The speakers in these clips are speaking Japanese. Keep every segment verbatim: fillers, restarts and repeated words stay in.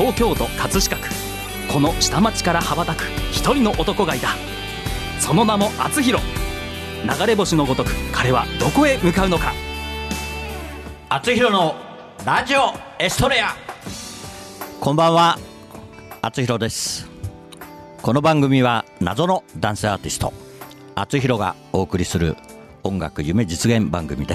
東京都葛飾区、この下町から羽ばたく一人の男がいた。その名も厚弘。流れ星のごとく彼はどこへ向かうのか。 厚弘のラジオエストレア。こんばんは、厚弘です。この番組は謎の男性アーティスト厚弘がお送りする音楽夢実現番組です。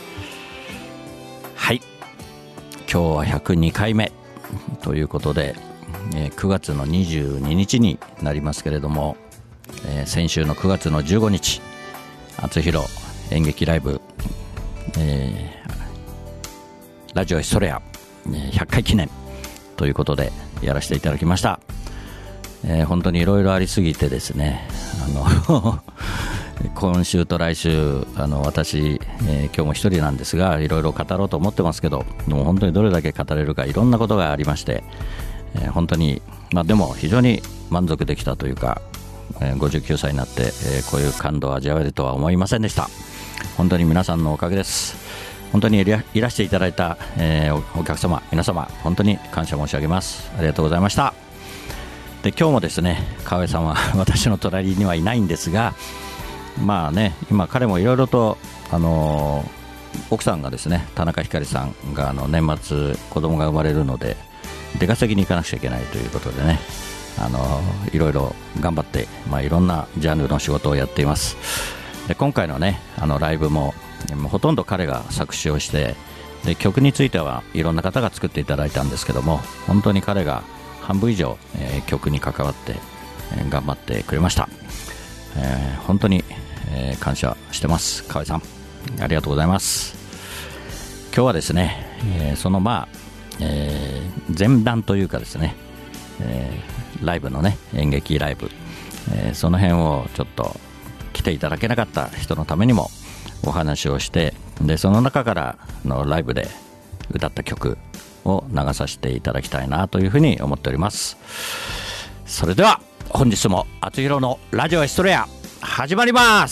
はい、今日はひゃくにかいめということで、えー、くがつのにじゅうににちになりますけれども、えー、先週のくがつのじゅうごにち厚弘演劇ライブ、えー、ラジオエストレアひゃっかい記念ということでやらせていただきました。えー、本当にいろいろありすぎてですね、あの今週と来週あの私、えー、今日も一人なんですがいろいろ語ろうと思ってますけど、もう本当にどれだけ語れるかいろんなことがありまして、えー、本当に、まあ、でも非常に満足できたというか、えー、ごじゅうきゅうさいになって、えー、こういう感動を味わえるとは思いませんでした。本当に皆さんのおかげです。本当にいら, いらしていただいた、えー、お, お客様皆様本当に感謝申し上げます。ありがとうございました。で今日もですね、川江さんは私の隣にはいないんですが、まあね、今彼もいろいろと、あのー、奥さんがですね、田中ひかりさんがあの年末子供が生まれるので出稼ぎに行かなくちゃいけないということでね、あのー、いろいろ頑張って、まあ、いろんなジャンルの仕事をやっています。で今回のね、あのライブもほとんど彼が作詞をして、で曲についてはいろんな方が作っていただいたんですけども、本当に彼が半分以上、えー、曲に関わって、えー、頑張ってくれました。えー、本当に、えー、感謝してます。河合さんありがとうございます。今日はですね、えー、そのまあ、えー、前段というかですね、えー、ライブのね、演劇ライブ、えー、その辺をちょっと来ていただけなかった人のためにもお話をして、でその中からのライブで歌った曲を流させていただきたいなというふうに思っております。それでは本日も厚弘のラジオエストレア始まります。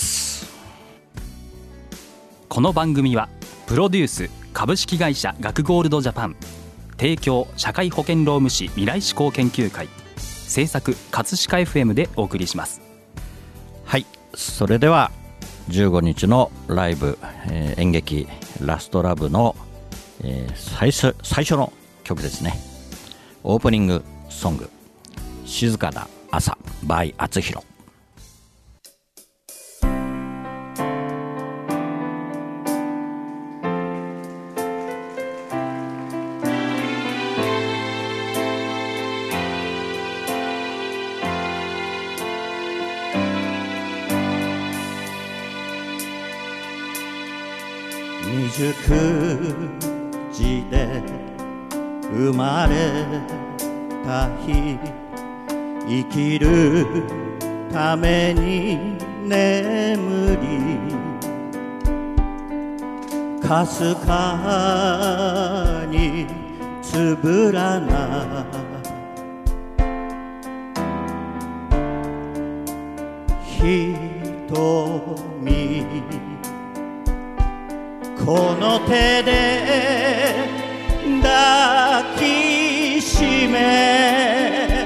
この番組はプロデュース株式会社学ゴールドジャパン、提供社会保険労務士未来志向研究会、制作葛飾 エフエム でお送りします。 はい、それではじゅうごにちのライブ、えー、演劇ラストラブの、えー、最初、最初の曲ですね。オープニングソング、静かな朝 by 厚弘。 未熟児で生まれた日、生きるために眠り、かすかにつぶらな瞳、この手で抱きしめ、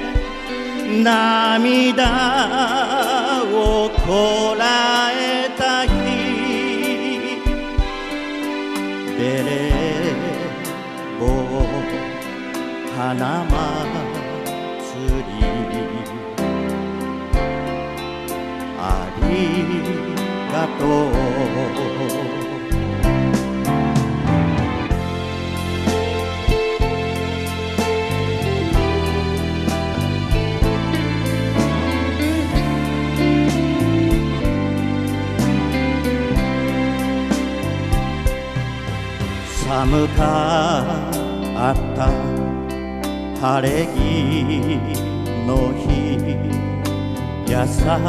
涙をこらえた日、ベレー帽花祭り、ありがとう。寒かった晴れ着の日、優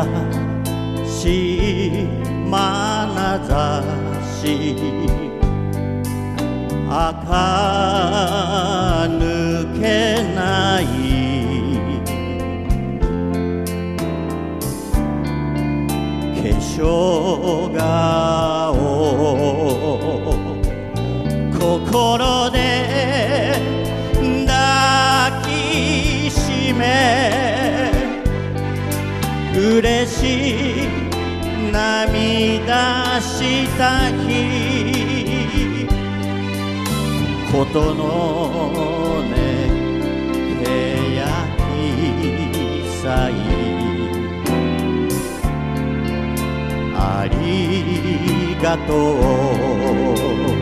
しい眼差し、垢抜けない化粧顔、心で抱した日ことのねけやきさいありがとう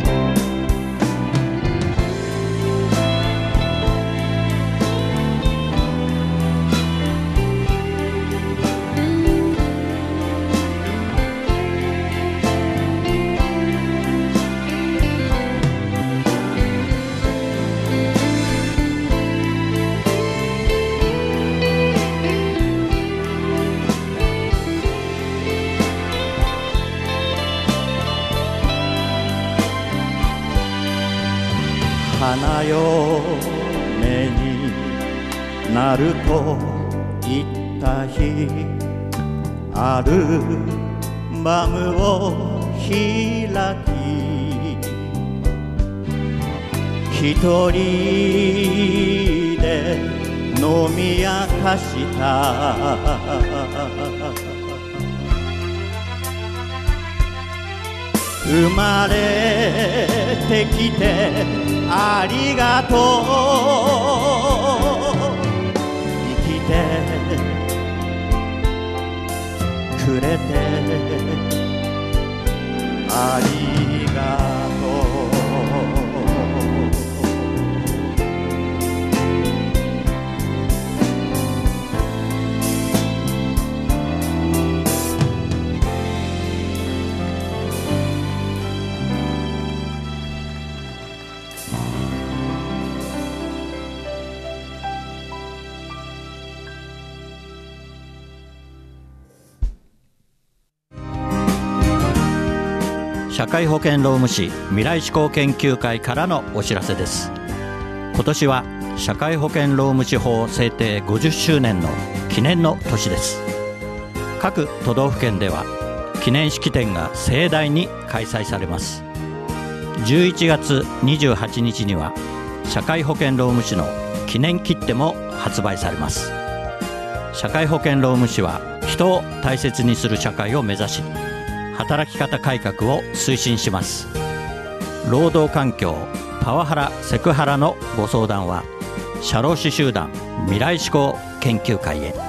花嫁になると言った日アルバムを開き一人で飲み明かした生まれてきてありがとう生きてくれてありがとう社会保険労務士未来志向研究会からのお知らせです。今年は社会保険労務士法制定ごじゅっしゅうねんの記念の年です。各都道府県では記念式典が盛大に開催されます。じゅういちがつにじゅうはちにちには社会保険労務士の記念切手も発売されます。社会保険労務士は人を大切にする社会を目指し働き方改革を推進します。労働環境、パワハラ、セクハラのご相談は社労士集団未来志向研究会へ。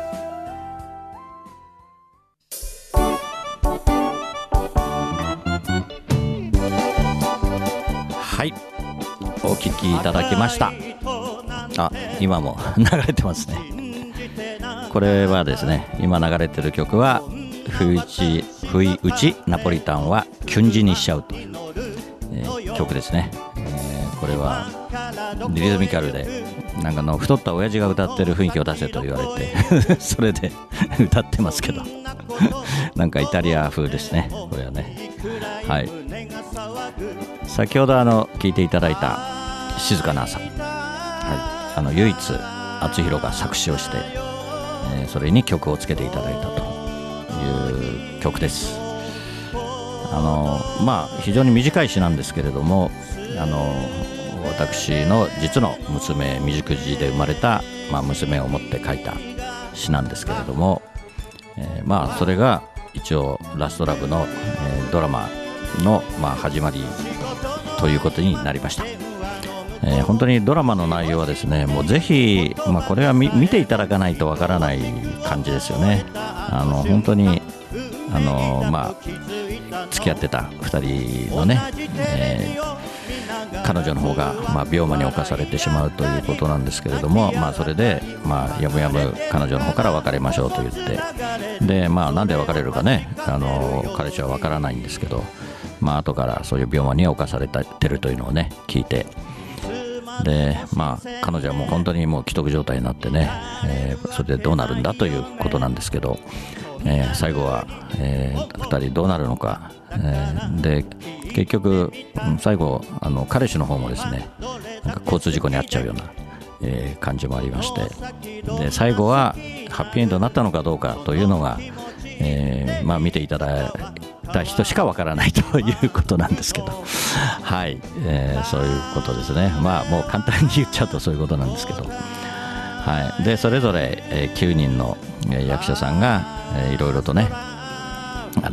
はい、お聞きいただきました。あ、今も流れてますね。これはですね、今流れてる曲は不意打ち、不意打ちナポリタンはキュンジにしちゃうという、えー、曲ですね、えー、これはリズミカルでなんかの太った親父が歌ってる雰囲気を出せと言われてそれで歌ってますけどなんかイタリア風ですね、これはね。はい、先ほどあの聴いていただいた静かな朝、はい、あの唯一厚弘が作詞をして、えー、それに曲をつけていただいたという曲です。あのまあ非常に短い詩なんですけれども、あの私の実の娘、未熟児で生まれた、まあ、娘を持って書いた詩なんですけれども、えー、まあそれが一応ラストラブの、えー、ドラマの、まあ、始まりということになりました。えー、本当にドラマの内容はですね、もうぜひ、まあ、これは 見, 見ていただかないとわからない感じですよね。あの本当にあの、まあ、付き合ってたふたりのね、えー、彼女の方が、まあ、病魔に侵されてしまうということなんですけれども、まあ、それで、まあ、やむやむ彼女の方から別れましょうと言って、で、まあ、なんで別れるかね、あの彼氏はわからないんですけど、まあ後からそういう病魔に侵されてるというのをね聞いて、でまあ彼女はもう本当にもう既得状態になってね、えー、それでどうなるんだということなんですけど、えー、最後は、えー、ふたりどうなるのか、えー、で結局最後あの彼氏の方もですねなんか交通事故に遭っちゃうような、えー、感じもありまして、で最後はハッピーエンドになったのかどうかというのが、えーまあ、見ていただいた人しかわからないということなんですけどはい、えー、そういうことですね。まあもう簡単に言っちゃうとそういうことなんですけど、はい、でそれぞれ、えー、きゅうにんの役者さんが、えー、いろいろとねあの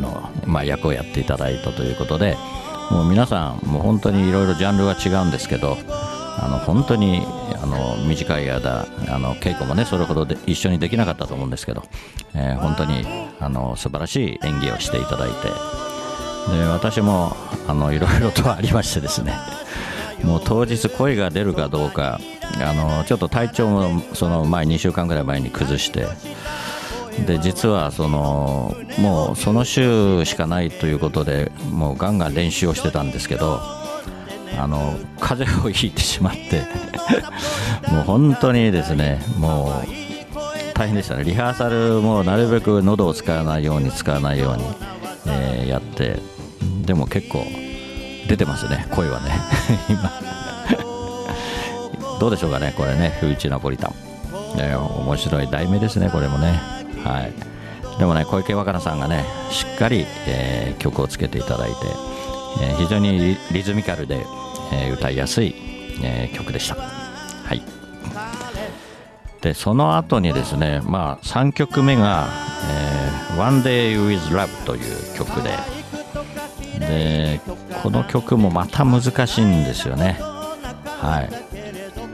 まあ、役をやっていただいたということで、もう皆さんもう本当にいろいろジャンルは違うんですけど、あの本当にあの短い間あの稽古もねそれほどで一緒にできなかったと思うんですけど、えー、本当にあの素晴らしい演技をしていただいて、で私もあのいろいろとありましてですね、もう当日声が出るかどうか、あのちょっと体調もその前にしゅうかんぐらい前に崩して、で実はそのもうその週しかないということでもうガンガン練習をしてたんですけど、あの風邪をひいてしまってもう本当にですね、もう大変でしたね。リハーサルもなるべく喉を使わないように使わないように、えー、やって、でも結構出てますね、声はね今どうでしょうかね、これね、フーチナポリタン、えー、面白い題名ですね、これもね。はい、でもね、小池若菜さんがねしっかり、えー、曲をつけていただいて、えー、非常に リ, リズミカルで、えー、歌いやすい、えー、曲でした。はい。でその後にですね、まあ、さんきょくめが、えー、One Day with Love という曲で、でこの曲もまた難しいんですよね。はい、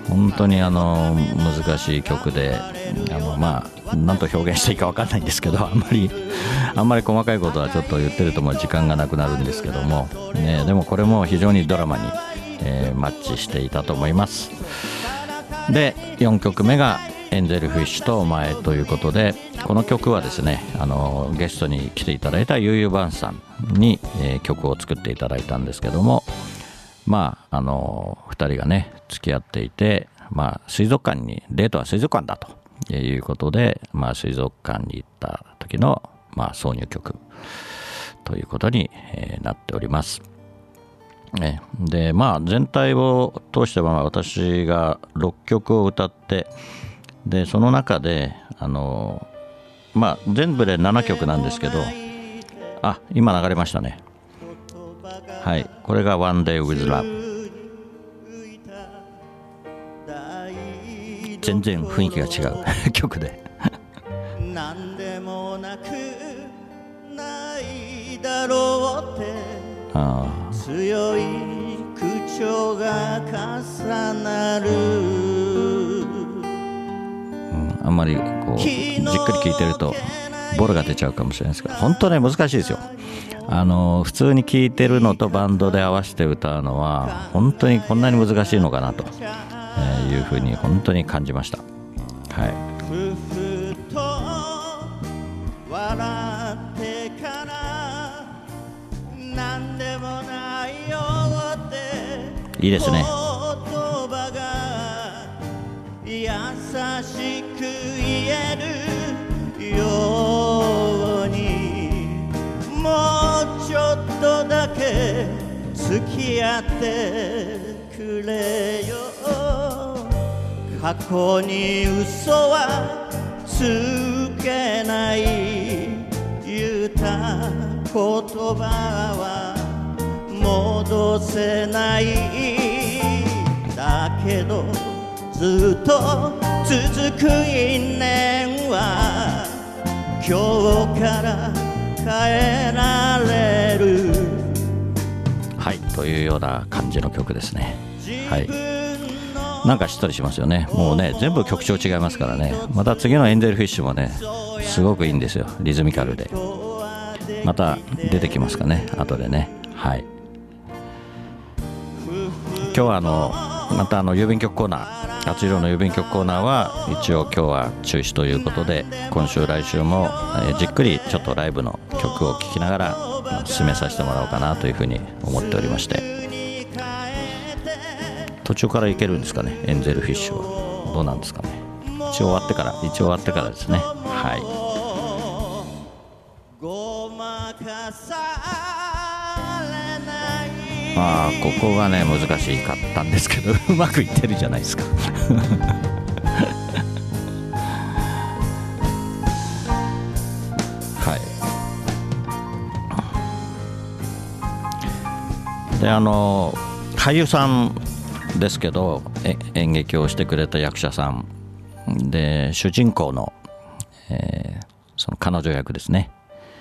本当にあの難しい曲で、あのまあ何と表現していいか分かんないんですけど、あんまりあんまり細かいことはちょっと言ってるともう時間がなくなるんですけども、ね、でもこれも非常にドラマに、えー、マッチしていたと思います。でよんきょくめがエンゼルフィッシュとお前ということで、この曲はですね、あのゲストに来ていただいたユーユーバンさんに、えー、曲を作っていただいたんですけども、まああのふたりがね付き合っていて、まあ、水族館にデートは水族館だということで、まあ、水族館に行った時の、まあ、挿入曲ということに、えー、なっております。ね、でまあ全体を通しては私がろっきょくを歌って、でその中であのまあ全部でななきょくなんですけど、あ今流れましたね。はい、これが One Day with Love。全然雰囲気が違う曲でなんでもなくないだろうって、あ強い口調が重なる、うん、あんまりこうじっくり聴いてるとボロが出ちゃうかもしれないですけど、本当ね難しいですよ。あの普通に聴いてるのとバンドで合わせて歌うのは本当にこんなに難しいのかなというふうに本当に感じました。はい。ふふと笑ってからなんでもないよっていいですね。言葉が優しく言えるように、もうちょっとだけ付き合ってくれよ。過去に嘘はつけない、言った言葉は戻せない、だけどずっと続く因縁は今日から変えられる。はい、というような感じの曲ですね。はい、なんかしっとりしますよね。もうね全部曲調違いますからね。また次のエンゼルフィッシュもねすごくいいんですよ、リズミカルで。また出てきますかね後でね。はい、今日はあのまたあの郵便局コーナー、あつひろの郵便局コーナーは一応今日は中止ということで、今週来週も、えー、じっくりちょっとライブの曲を聴きながら進めさせてもらおうかなというふうに思っておりまして、途中から行けるんですかね、エンゼルフィッシュはどうなんですかね。一応終わってから一応終わってからですね。はい。まあここがね難しかったんですけどうまくいってるじゃないですかはい。であの俳優さんですけど、え演劇をしてくれた役者さんで主人公の、えー、その彼女役ですね、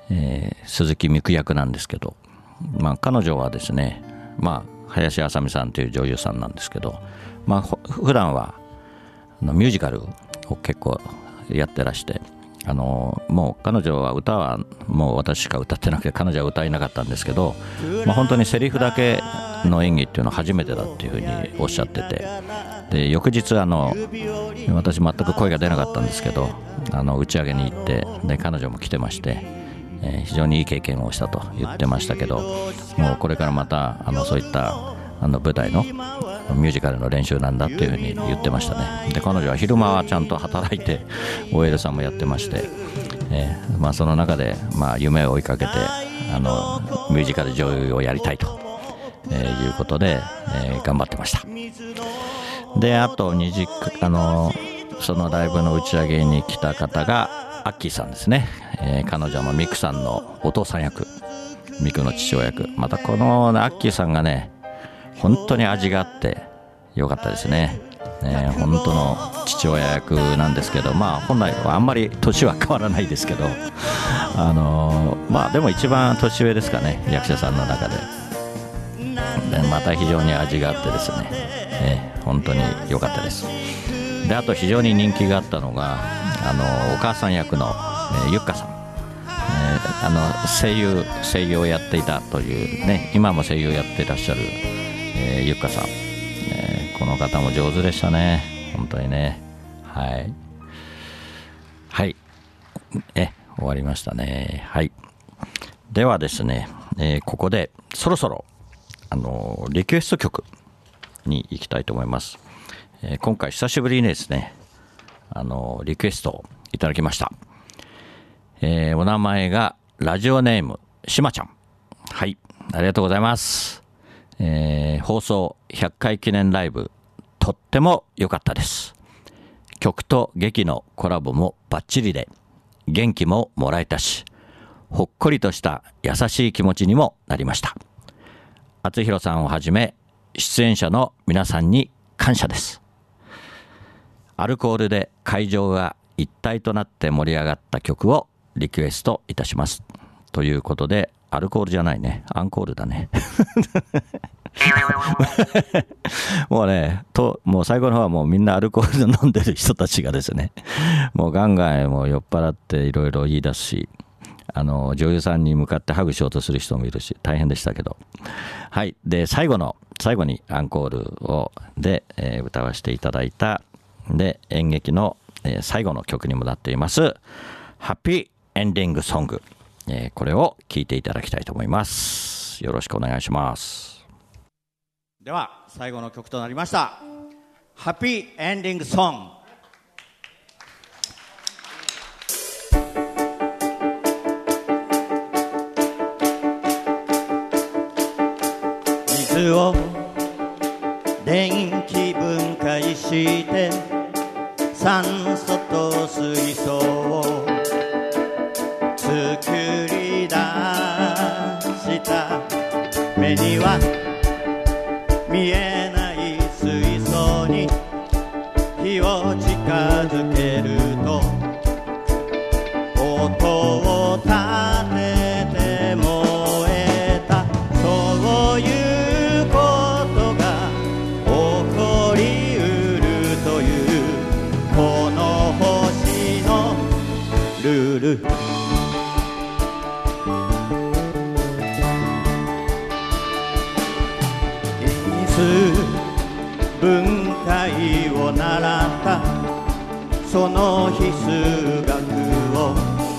えー、鈴木美久役なんですけど、まあ、彼女はですね、まあ、林あさみさんという女優さんなんですけど、まあ、普段はあのミュージカルを結構やってらして、あのもう彼女は歌はもう私しか歌ってなくて、彼女は歌えなかったんですけど、まあ、本当にセリフだけの演技っていうのは初めてだっていうふうにおっしゃってて、で翌日あの私全く声が出なかったんですけど、あの打ち上げに行って、で彼女も来てまして、えー、非常にいい経験をしたと言ってましたけど、もうこれからまたあのそういったあの舞台のミュージカルの練習なんだっていうふうに言ってましたね。で彼女は昼間はちゃんと働いて オーエル さんもやってまして、えーまあ、その中で、まあ、夢を追いかけてあのミュージカル女優をやりたいと、えー、いうことで、えー、頑張ってました。であとにじあのそのライブの打ち上げに来た方がアッキーさんですね。えー、彼女もミクさんのお父さん役、ミクの父親役、またこのアッキーさんがね本当に味があってよかったですね。ね、本当の父親役なんですけど、まあ本来はあんまり年は変わらないですけど、あのー、まあでも一番年上ですかね、役者さんの中で。でまた非常に味があってですね、えー、本当に良かったです。であと非常に人気があったのが、あのお母さん役の、えー、ゆっかさん、えー、あの声優声優をやっていたというね、今も声優やっていらっしゃる、えー、ゆっかさん、えー、この方も上手でしたね、本当にね。はいはいえ終わりましたね。はい、ではですね、えー、ここでそろそろあのリクエスト曲に行きたいと思います。えー、今回久しぶりにですね、あのリクエストをいただきました。えー、お名前がラジオネームしまちゃん。はい、ありがとうございます。えー、放送ひゃっかい記念ライブとっても良かったです。曲と劇のコラボもバッチリで元気ももらえたし、ほっこりとした優しい気持ちにもなりました。厚弘さんをはじめ出演者の皆さんに感謝です。アルコールで会場が一体となって盛り上がった曲をリクエストいたしますということで、アルコールじゃないね、アンコールだねもうねともう最後の方はもうみんなアルコール飲んでる人たちがですね、もうガンガンもう酔っ払っていろいろ言い出すし、あの女優さんに向かってハグしようとする人もいるし、大変でしたけど、はい。で最後の最後にアンコールをで、えー、歌わせていただいたで演劇の、えー、最後の曲にもなっていますハッピーエンディングソング、えー、これを聴いていただきたいと思います。よろしくお願いします。 では最後の曲となりましたハッピーエンディングソング。水を電気分解して酸素と水素を作り出した目には見えない水素に火を近づけると音を立てて燃えた、そういうことが起こりうるというこの星のルール。分解を習ったその必須学を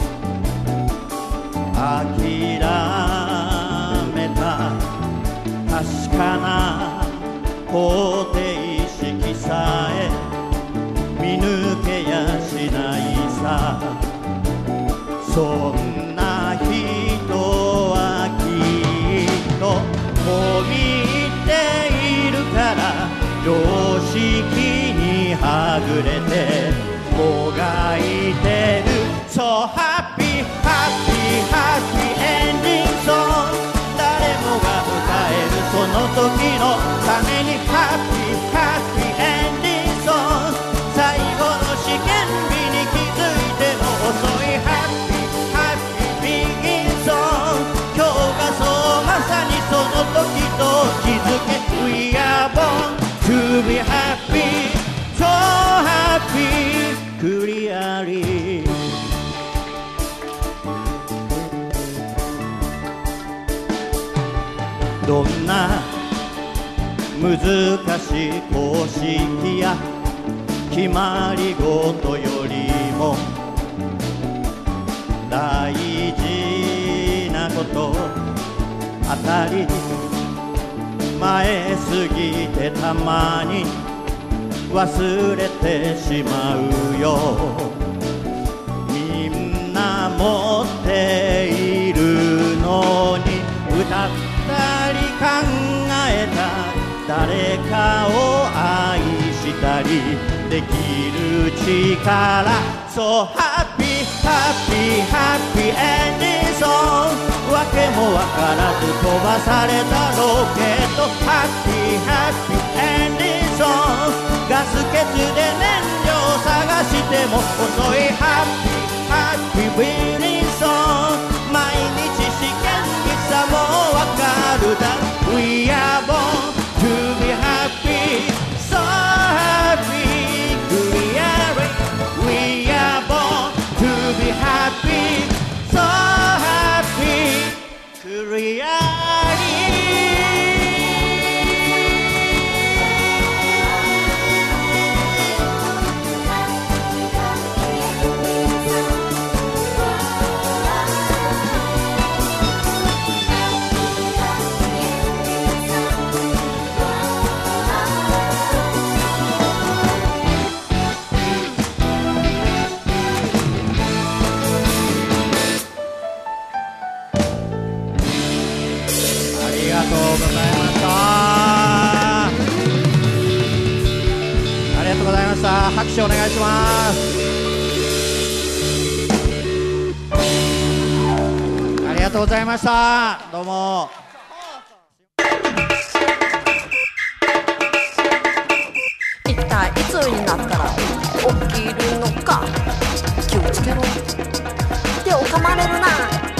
諦めた確かな方程式さえ見抜けやしないさ、そんな人はきっともういているから常識にはぐれてもがいてる。 So happy happy happy ending song、 誰もが歌えるその時のために Happy happy ending song、 最後の試験日に気づいても遅い Happy happy begin 難しい公式や決まり事よりも大事なこと当たり前すぎてたまに忘れてしまうよ。みんな持っているのに歌ったり考えた誰かを愛したりできる力 So happy happy happy ending song わけもわからず飛ばされたロケット Happy happy ending song ガス欠で燃料探しても遅い Happy happy winning song 毎日試験にさもわかるだ We are born to be happy so happy we are we are born to be happy so happy we are 拍手お願いします。ありがとうございました。どうも。 一体いつになったら起きるのか気をつけろ手を噛まれるな。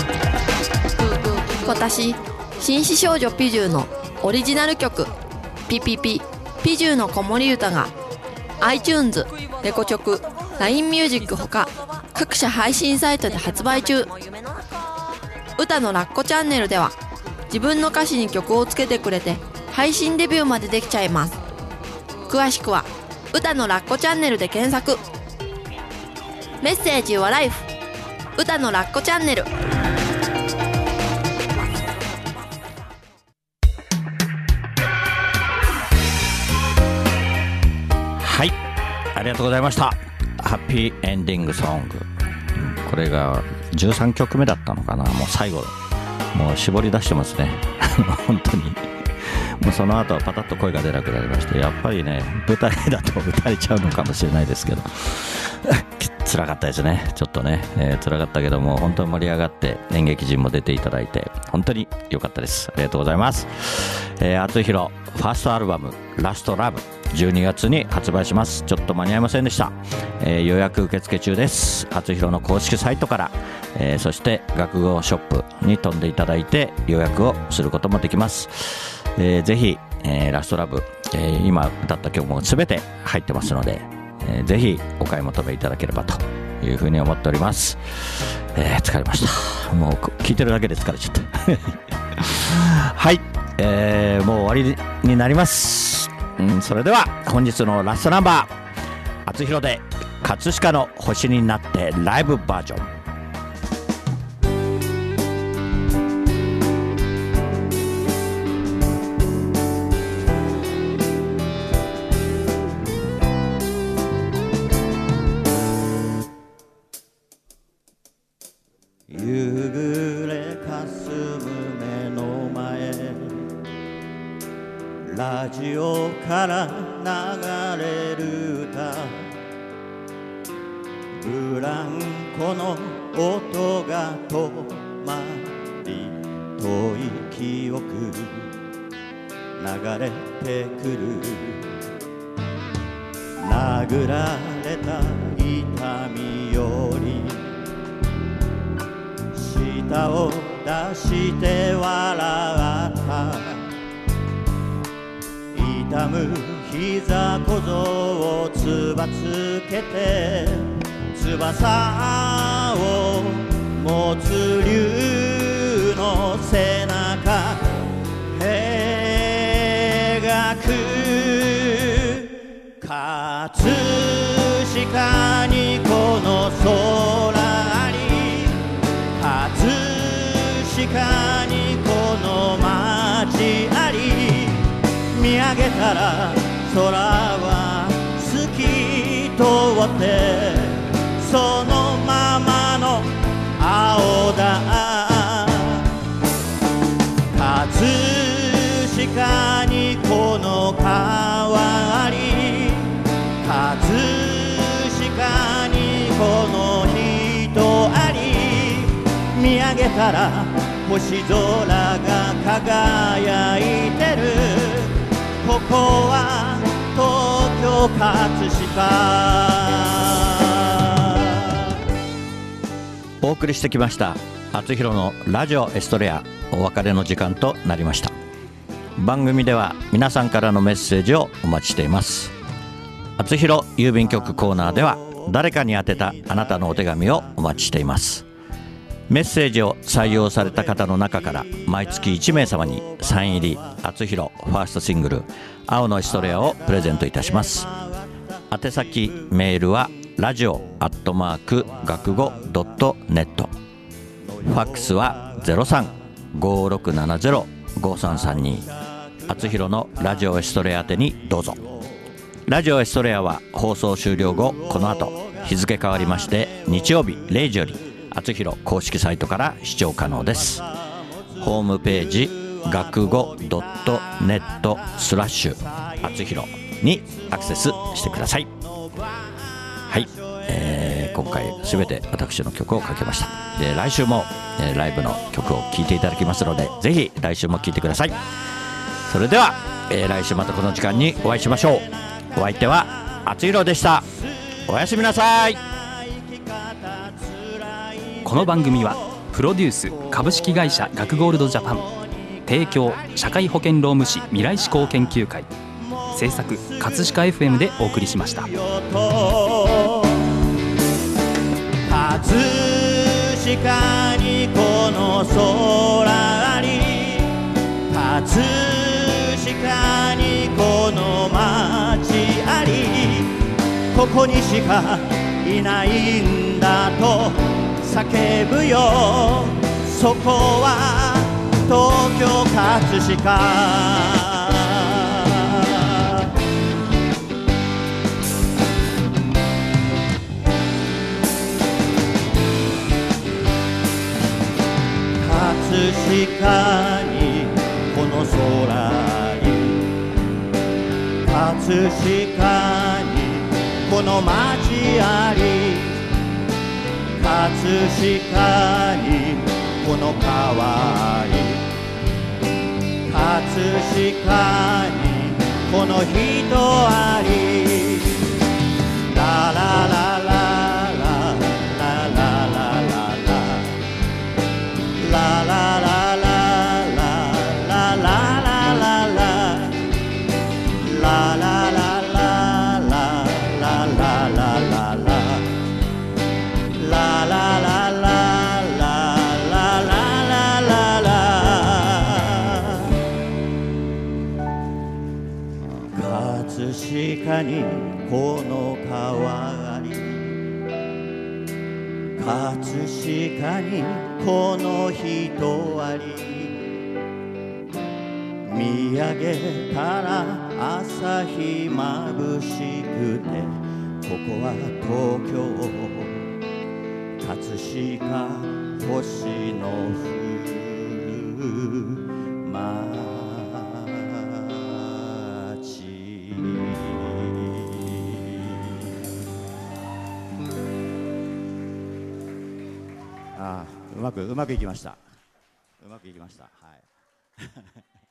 今年紳士少女ピジューのオリジナル曲ピピピピジューの子守歌がiTunes、レコチョク、ライン ミュージックほか各種配信サイトで発売中。歌のラッコチャンネルでは自分の歌詞に曲をつけてくれて配信デビューまでできちゃいます。詳しくは歌のラッコチャンネルで検索。メッセージはライフ歌のラッコチャンネル。 はい、ありがとうございました。ハッピーエンディングソング、これがじゅうさんきょくめだったのかな。もう最後もう絞り出してますね本当にもうその後はパタッと声が出なくなりまして、やっぱりね舞台だと歌えちゃうのかもしれないですけど辛かったですね。ちょっとね、えー、辛かったけども本当に盛り上がって演劇陣も出ていただいて本当に良かったです。ありがとうございます。えー、厚弘ファーストアルバムラストラブじゅうにがつに発売します。ちょっと間に合いませんでした。えー、予約受付中です。厚弘の公式サイトから、えー、そして学語ショップに飛んでいただいて予約をすることもできます。えー、ぜひ、えー、ラストラブ、えー、今歌った曲も全て入ってますので、えー、ぜひお買い求めいただければというふうに思っております。えー、疲れました。もう聞いてるだけで疲れちゃったはい、えー、もう終わりになります。うん、それでは本日のラストナンバー、厚弘で葛飾の星になってライブバージョン。 夕暮れかすむ目の前、ラジオから流れる歌、ブランコの音が止まり、遠い記憶流れてくる、殴られた痛みより舌を出して笑った痛む膝小僧をつばつけて翼を持つ竜の背中描く葛飾にこの空あり、葛飾にこの街あり、見上げたら空は透き通って、そのままの青だ。葛飾にこの川あり、葛飾にこの人あり、見上げたら星空が輝いてる。ここは東京葛飾。 お送りしてきました厚弘のラジオエストレア、お別れの時間となりました。番組では皆さんからのメッセージをお待ちしています。厚弘郵便局コーナーでは誰かに宛てたあなたのお手紙をお待ちしています。メッセージを採用された方の中から毎月いちめい様にサイン入り厚弘ファーストシングル青のエストレアをプレゼントいたします。宛先メールはラジオアットマーク学語ドットネット、ファックスは ゼロさん ごーろくななゼロ ごーさんさんに、厚弘のラジオエストレア宛てにどうぞ。ラジオエストレアは放送終了後、この後日付変わりまして日曜日れいじより厚弘公式サイトから視聴可能です。ホームページ学語ドットネットスラッシュ厚弘にアクセスしてください。はい、えー、今回すべて私の曲をかけました。で来週も、えー、ライブの曲を聴いていただきますので、ぜひ来週も聴いてください。それでは、えー、来週またこの時間にお会いしましょう。お相手は厚弘でした。おやすみなさい。 この番組はプロデュース株式会社学ゴールドジャパン、提供社会保険労務士未来志向研究会、制作葛飾 エフエム でお送りしました。 葛飾にこの空あり、葛飾にこの街あり、ここにしかいないんだと叫ぶよ。そこは東京葛飾。葛飾にこの空に、葛飾にこの街あり、葛飾にこの川に、葛飾にこの人あり、ララララ葛飾にこの川あり、葛飾にこの人あり、見上げたら朝日眩しくて、ここは東京葛飾星の降る街。ああ、うまくうまくいきました。うまくいきました。はい。